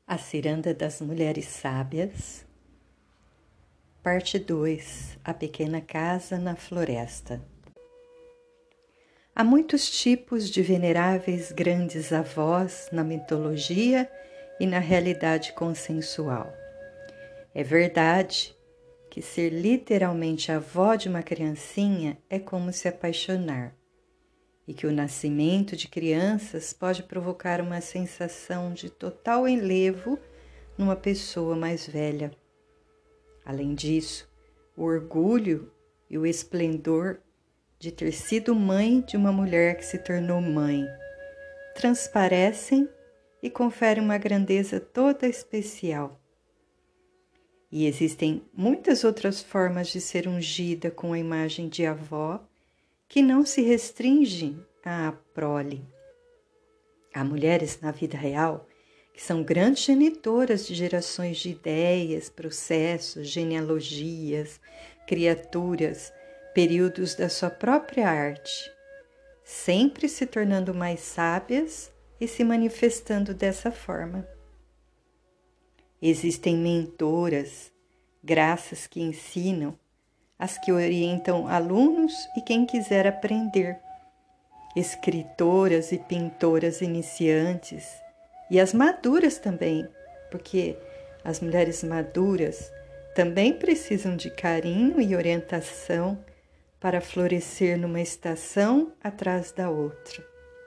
A Ciranda das Mulheres Sábias, Parte 2. A Pequena Casa na Floresta. Há muitos tipos de veneráveis grandes avós na mitologia e na realidade consensual. É verdade que ser literalmente avó de uma criancinha é como se apaixonar, e que o nascimento de crianças pode provocar uma sensação de total enlevo numa pessoa mais velha. Além disso, o orgulho e o esplendor de ter sido mãe de uma mulher que se tornou mãe transparecem e conferem uma grandeza toda especial. E existem muitas outras formas de ser ungida com a imagem de avó que não se restringem à prole. Há mulheres na vida real que são grandes genitoras de gerações de ideias, processos, genealogias, criaturas, períodos da sua própria arte, sempre se tornando mais sábias e se manifestando dessa forma. Existem mentoras, graças que ensinam, as que orientam alunos e quem quiser aprender, escritoras e pintoras iniciantes, e as maduras também, porque as mulheres maduras também precisam de carinho e orientação para florescer numa estação atrás da outra.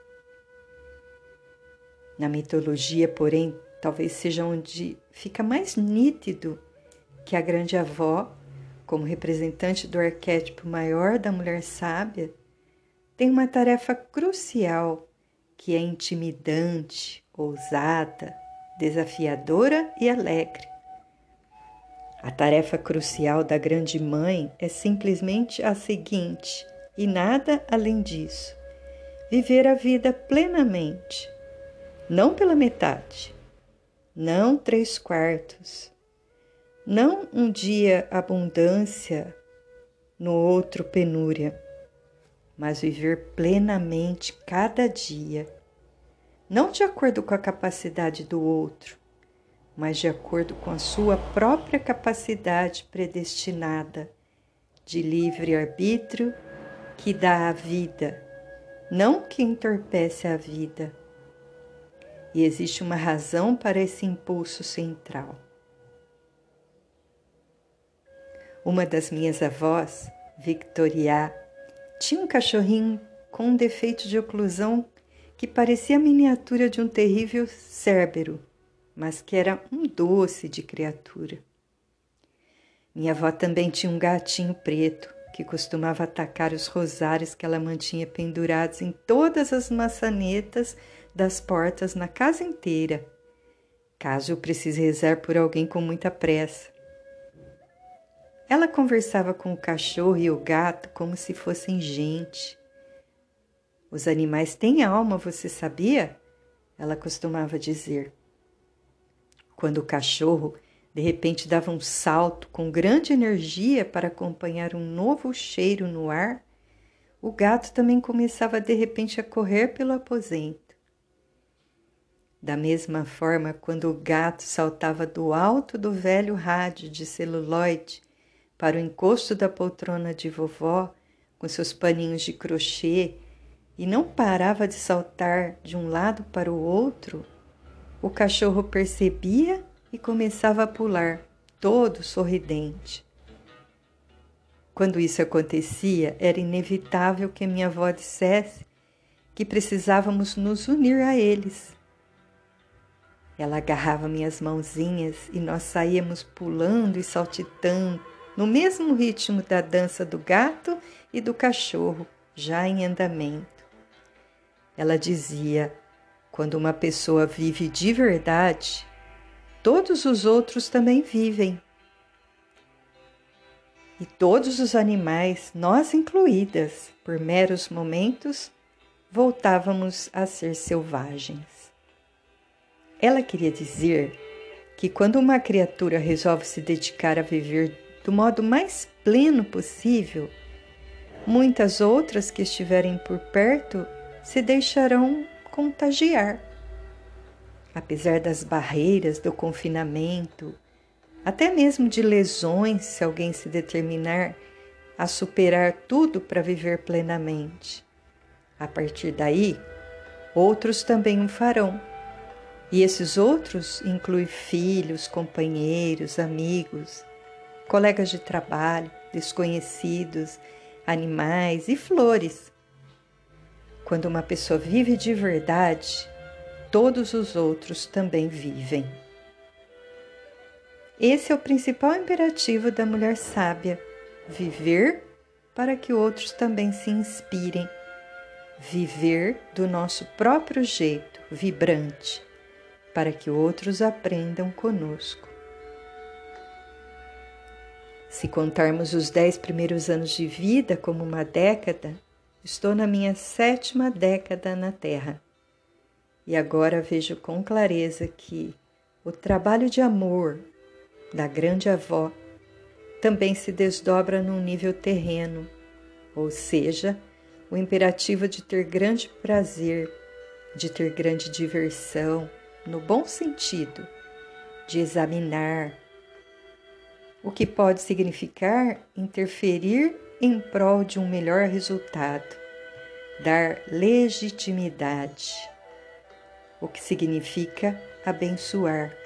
Na mitologia, porém, talvez seja onde fica mais nítido que a grande avó, como representante do arquétipo maior da mulher sábia, tem uma tarefa crucial que é intimidante, ousada, desafiadora e alegre. A tarefa crucial da grande mãe é simplesmente a seguinte, e nada além disso: viver a vida plenamente, não pela metade, não 3/4, não um dia abundância, no outro penúria, mas viver plenamente cada dia, não de acordo com a capacidade do outro, mas de acordo com a sua própria capacidade predestinada de livre-arbítrio que dá a vida, não que entorpece a vida. E existe uma razão para esse impulso central. Uma das minhas avós, Victoria, tinha um cachorrinho com um defeito de oclusão que parecia a miniatura de um terrível cérbero, mas que era um doce de criatura. Minha avó também tinha um gatinho preto que costumava atacar os rosários que ela mantinha pendurados em todas as maçanetas das portas na casa inteira, caso eu precise rezar por alguém com muita pressa. Ela conversava com o cachorro e o gato como se fossem gente. Os animais têm alma, você sabia? Ela costumava dizer. Quando o cachorro, de repente, dava um salto com grande energia para acompanhar um novo cheiro no ar, o gato também começava de repente a correr pelo aposento. Da mesma forma, quando o gato saltava do alto do velho rádio de celuloide para o encosto da poltrona de vovó, com seus paninhos de crochê, e não parava de saltar de um lado para o outro, o cachorro percebia e começava a pular, todo sorridente. Quando isso acontecia, era inevitável que minha avó dissesse que precisávamos nos unir a eles. Ela agarrava minhas mãozinhas e nós saíamos pulando e saltitando, no mesmo ritmo da dança do gato e do cachorro, já em andamento. Ela dizia: quando uma pessoa vive de verdade, todos os outros também vivem. E todos os animais, nós incluídas, por meros momentos, voltávamos a ser selvagens. Ela queria dizer que quando uma criatura resolve se dedicar a viver do modo mais pleno possível, muitas outras que estiverem por perto se deixarão contagiar. apesar das barreiras do confinamento, até mesmo de lesões, se alguém se determinar a superar tudo para viver plenamente. A partir daí, outros também o farão. E esses outros incluem filhos, companheiros, amigos, colegas de trabalho, desconhecidos, animais e flores. Quando uma pessoa vive de verdade, todos os outros também vivem. Esse é o principal imperativo da mulher sábia: viver para que outros também se inspirem. Viver do nosso próprio jeito, vibrante, para que outros aprendam conosco. Se contarmos os 10 primeiros anos de vida como uma década, estou na minha 7ª década na Terra. E agora vejo com clareza que o trabalho de amor da grande avó também se desdobra num nível terreno, ou seja, o imperativo de ter grande prazer, de ter grande diversão, no bom sentido, de examinar, o que pode significar interferir em prol de um melhor resultado, dar legitimidade, o que significa abençoar,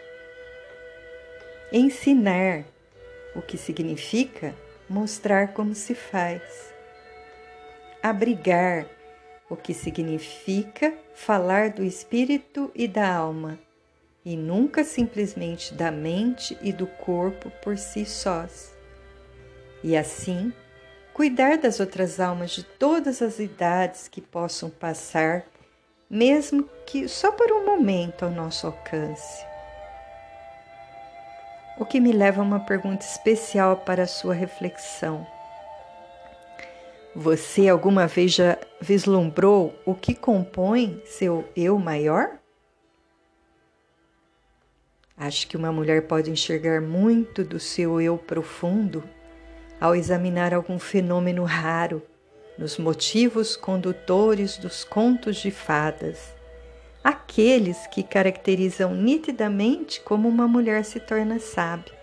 ensinar, o que significa mostrar como se faz, abrigar, o que significa falar do espírito e da alma, e nunca simplesmente da mente e do corpo por si sós. E assim, cuidar das outras almas de todas as idades que possam passar, mesmo que só por um momento ao nosso alcance. O que me leva a uma pergunta especial para a sua reflexão. Você alguma vez já vislumbrou o que compõe seu eu maior? Acho que uma mulher pode enxergar muito do seu eu profundo ao examinar algum fenômeno raro nos motivos condutores dos contos de fadas, aqueles que caracterizam nitidamente como uma mulher se torna sábia.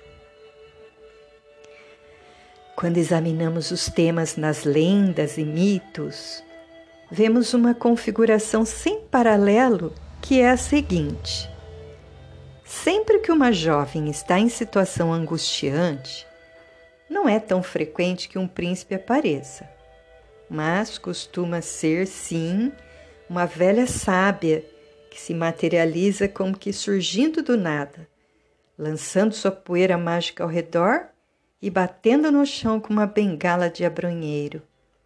Quando examinamos os temas nas lendas e mitos, vemos uma configuração sem paralelo que é a seguinte: sempre que uma jovem está em situação angustiante, não é tão frequente que um príncipe apareça, mas costuma ser, sim, uma velha sábia que se materializa como que surgindo do nada, lançando sua poeira mágica ao redor e batendo no chão com uma bengala de abrunheiro.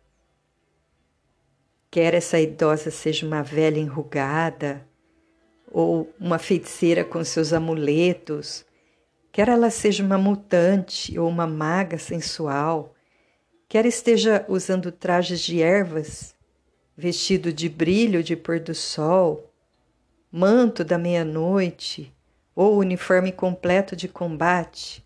Quer essa idosa seja uma velha enrugada, ou uma feiticeira com seus amuletos, quer ela seja uma mutante ou uma maga sensual, quer esteja usando trajes de ervas, vestido de brilho de pôr do sol, manto da meia-noite ou uniforme completo de combate,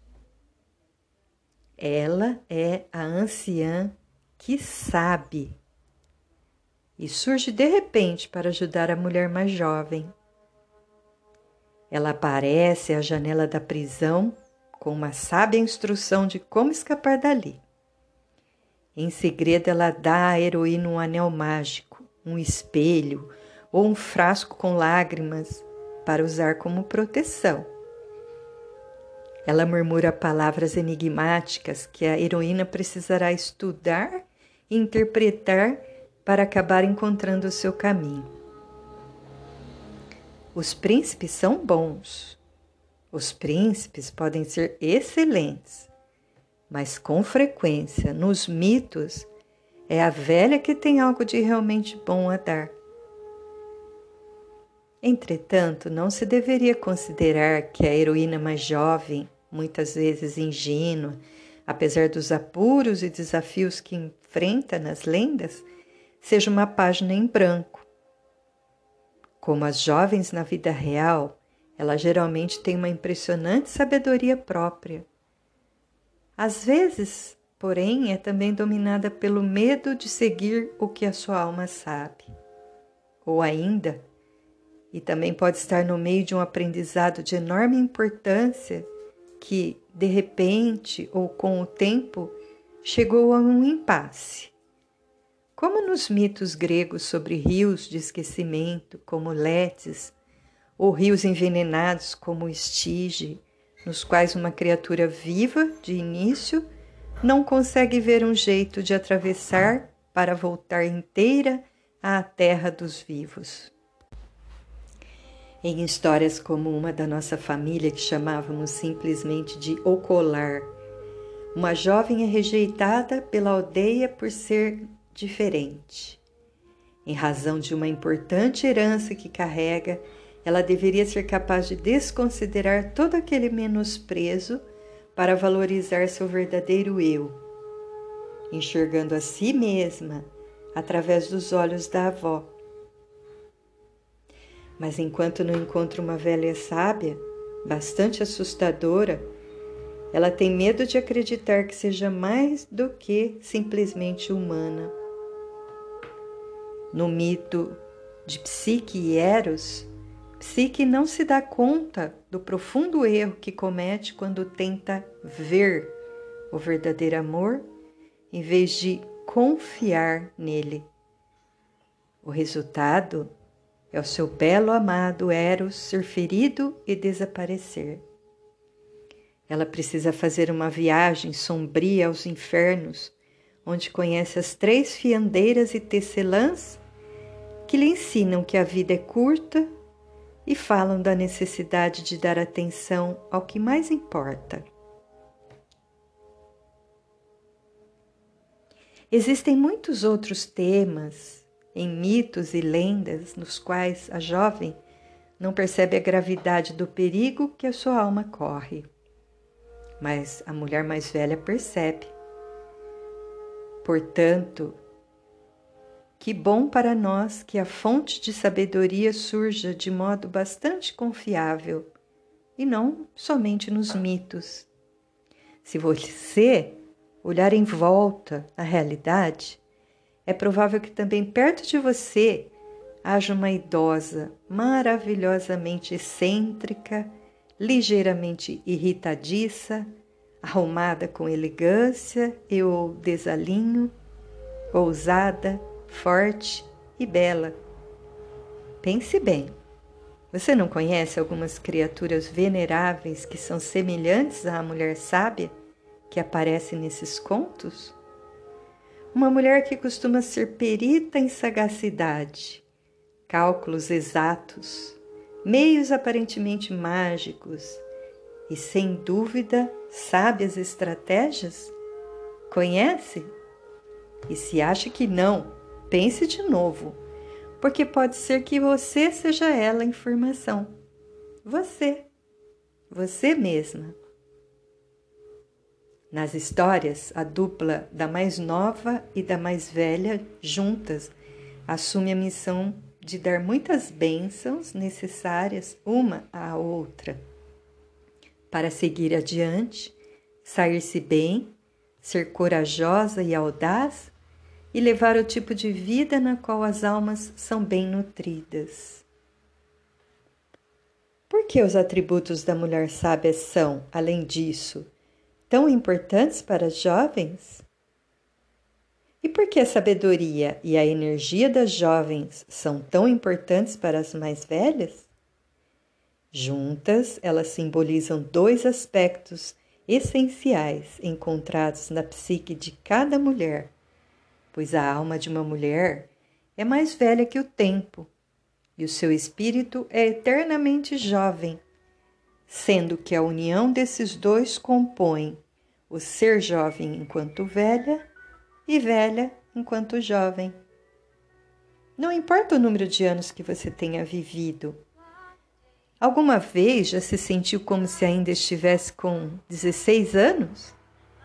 ela é a anciã que sabe e surge de repente para ajudar a mulher mais jovem. Ela aparece à janela da prisão com uma sábia instrução de como escapar dali. Em segredo, ela dá à heroína um anel mágico, um espelho ou um frasco com lágrimas para usar como proteção. Ela murmura palavras enigmáticas que a heroína precisará estudar e interpretar para acabar encontrando o seu caminho. Os príncipes são bons. Os príncipes podem ser excelentes, mas com frequência, nos mitos, é a velha que tem algo de realmente bom a dar. Entretanto, não se deveria considerar que a heroína mais jovem, muitas vezes ingênua, apesar dos apuros e desafios que enfrenta nas lendas, seja uma página em branco. Como as jovens na vida real, ela geralmente tem uma impressionante sabedoria própria. Às vezes, porém, é também dominada pelo medo de seguir o que a sua alma sabe. Ou ainda, e também pode estar no meio de um aprendizado de enorme importância que, de repente ou com o tempo, chegou a um impasse. Como nos mitos gregos sobre rios de esquecimento, como Létis, ou rios envenenados, como Estige, nos quais uma criatura viva, de início, não consegue ver um jeito de atravessar para voltar inteira à terra dos vivos. Em histórias como uma da nossa família, que chamávamos simplesmente de O Colar, uma jovem é rejeitada pela aldeia por ser diferente. Em razão de uma importante herança que carrega, ela deveria ser capaz de desconsiderar todo aquele menosprezo para valorizar seu verdadeiro eu, enxergando a si mesma através dos olhos da avó. Mas enquanto não encontra uma velha sábia, bastante assustadora, ela tem medo de acreditar que seja mais do que simplesmente humana. No mito de Psique e Eros, Psique não se dá conta do profundo erro que comete quando tenta ver o verdadeiro amor em vez de confiar nele. O resultado é o seu belo amado Eros ser ferido e desaparecer. Ela precisa fazer uma viagem sombria aos infernos, onde conhece as 3 fiandeiras e tecelãs que lhe ensinam que a vida é curta e falam da necessidade de dar atenção ao que mais importa. Existem muitos outros temas em mitos e lendas nos quais a jovem não percebe a gravidade do perigo que a sua alma corre. Mas a mulher mais velha percebe. Portanto, que bom para nós que a fonte de sabedoria surja de modo bastante confiável e não somente nos mitos. Se você olhar em volta na realidade, é provável que também perto de você haja uma idosa maravilhosamente excêntrica, ligeiramente irritadiça, arrumada com elegância e ou desalinho, ousada, forte e bela. Pense bem, você não conhece algumas criaturas veneráveis que são semelhantes à mulher sábia que aparece nesses contos? Uma mulher que costuma ser perita em sagacidade, cálculos exatos, meios aparentemente mágicos e, sem dúvida, sábias estratégias? Conhece? E se acha que não, pense de novo, porque pode ser que você seja ela em formação. Você mesma. Nas histórias, a dupla da mais nova e da mais velha, juntas, assume a missão de dar muitas bênçãos necessárias uma à outra, para seguir adiante, sair-se bem, ser corajosa e audaz e levar o tipo de vida na qual as almas são bem nutridas. Por que os atributos da mulher sábia são, além disso, tão importantes para as jovens? E por que a sabedoria e a energia das jovens são tão importantes para as mais velhas? Juntas, elas simbolizam 2 aspectos essenciais encontrados na psique de cada mulher, pois a alma de uma mulher é mais velha que o tempo e o seu espírito é eternamente jovem, sendo que a união desses 2 compõe o ser jovem enquanto velha e velha enquanto jovem. Não importa o número de anos que você tenha vivido. Alguma vez já se sentiu como se ainda estivesse com 16 anos?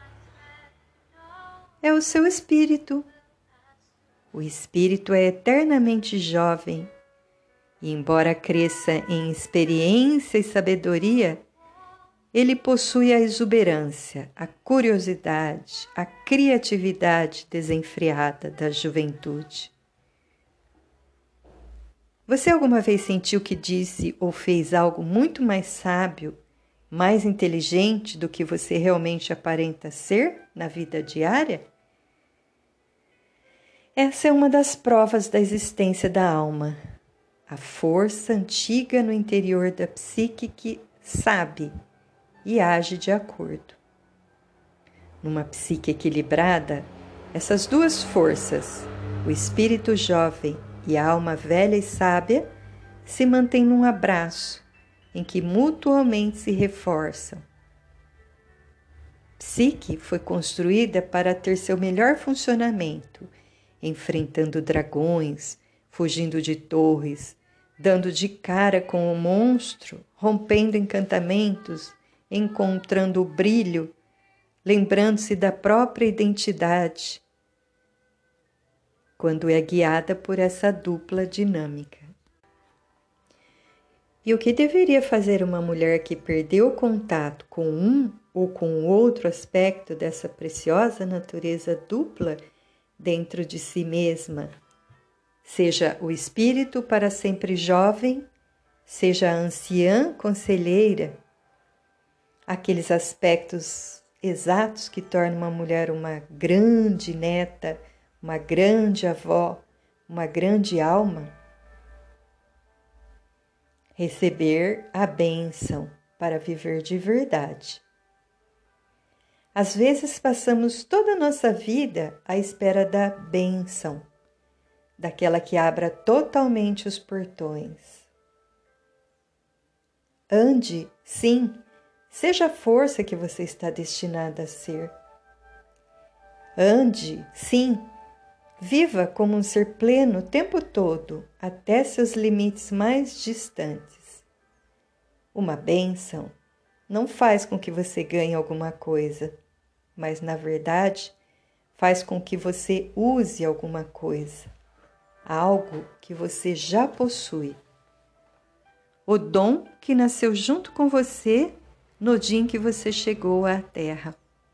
É o seu espírito. O espírito é eternamente jovem e, embora cresça em experiência e sabedoria, ele possui a exuberância, a curiosidade, a criatividade desenfreada da juventude. Você alguma vez sentiu que disse ou fez algo muito mais sábio, mais inteligente do que você realmente aparenta ser na vida diária? Essa é uma das provas da existência da alma, a força antiga no interior da psique que sabe e age de acordo. Numa psique equilibrada, essas duas forças, o espírito jovem e a alma velha e sábia, se mantêm num abraço em que mutuamente se reforçam. Psique foi construída para ter seu melhor funcionamento, enfrentando dragões, fugindo de torres, dando de cara com o monstro, rompendo encantamentos, encontrando o brilho, lembrando-se da própria identidade, quando é guiada por essa dupla dinâmica. E o que deveria fazer uma mulher que perdeu o contato com um ou com o outro aspecto dessa preciosa natureza dupla dentro de si mesma, seja o espírito para sempre jovem, seja a anciã conselheira, aqueles aspectos exatos que tornam uma mulher uma grande neta, uma grande avó, uma grande alma? Receber a bênção para viver de verdade. Às vezes passamos toda a nossa vida à espera da bênção, daquela que abra totalmente os portões. Ande, sim, seja a força que você está destinada a ser. Ande, sim, viva como um ser pleno o tempo todo, até seus limites mais distantes. Uma bênção não faz com que você ganhe alguma coisa, mas, na verdade, faz com que você use alguma coisa, algo que você já possui. O dom que nasceu junto com você no dia em que você chegou à Terra.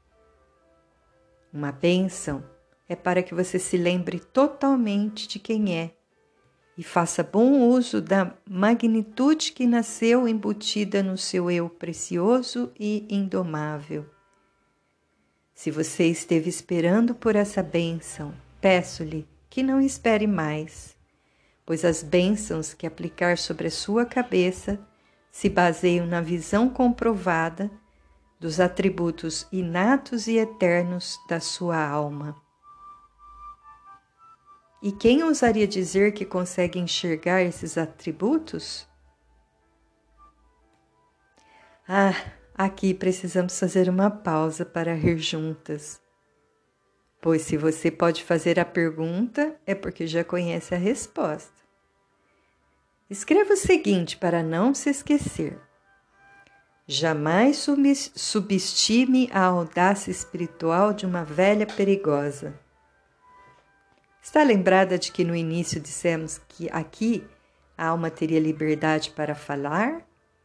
Uma bênção é para que você se lembre totalmente de quem é e faça bom uso da magnitude que nasceu embutida no seu eu precioso e indomável. Se você esteve esperando por essa bênção, peço-lhe que não espere mais, pois as bênçãos que aplicar sobre a sua cabeça se baseiam na visão comprovada dos atributos inatos e eternos da sua alma. E quem ousaria dizer que consegue enxergar esses atributos? Aqui precisamos fazer uma pausa para rir juntas. Pois se você pode fazer a pergunta, é porque já conhece a resposta. Escreva o seguinte para não se esquecer. Jamais subestime a audácia espiritual de uma velha perigosa. Está lembrada de que no início dissemos que aqui a alma teria liberdade para falar?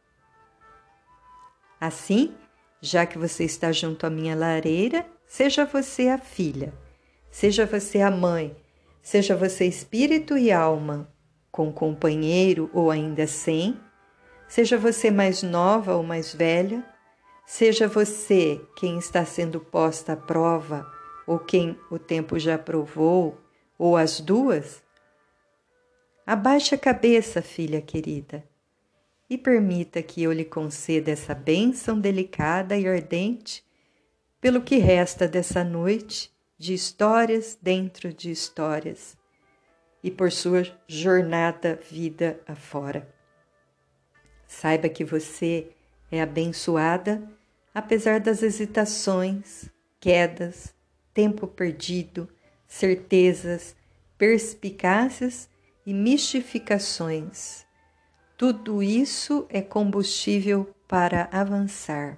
Assim, já que você está junto à minha lareira, seja você a filha, seja você a mãe, seja você espírito e alma, com companheiro ou ainda sem, seja você mais nova ou mais velha, seja você quem está sendo posta à prova ou quem o tempo já provou, ou as duas, abaixe a cabeça, filha querida, e permita que eu lhe conceda essa bênção delicada e ardente pelo que resta dessa noite de histórias dentro de histórias e por sua jornada vida afora. Saiba que você é abençoada apesar das hesitações, quedas, tempo perdido, certezas, perspicácias e mistificações. Tudo isso é combustível para avançar.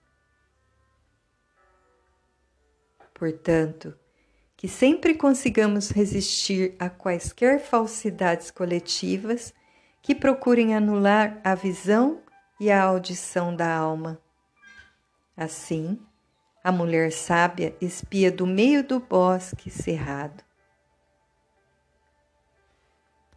Portanto, que sempre consigamos resistir a quaisquer falsidades coletivas que procurem anular a visão e a audição da alma. Assim, a mulher sábia espia do meio do bosque cerrado.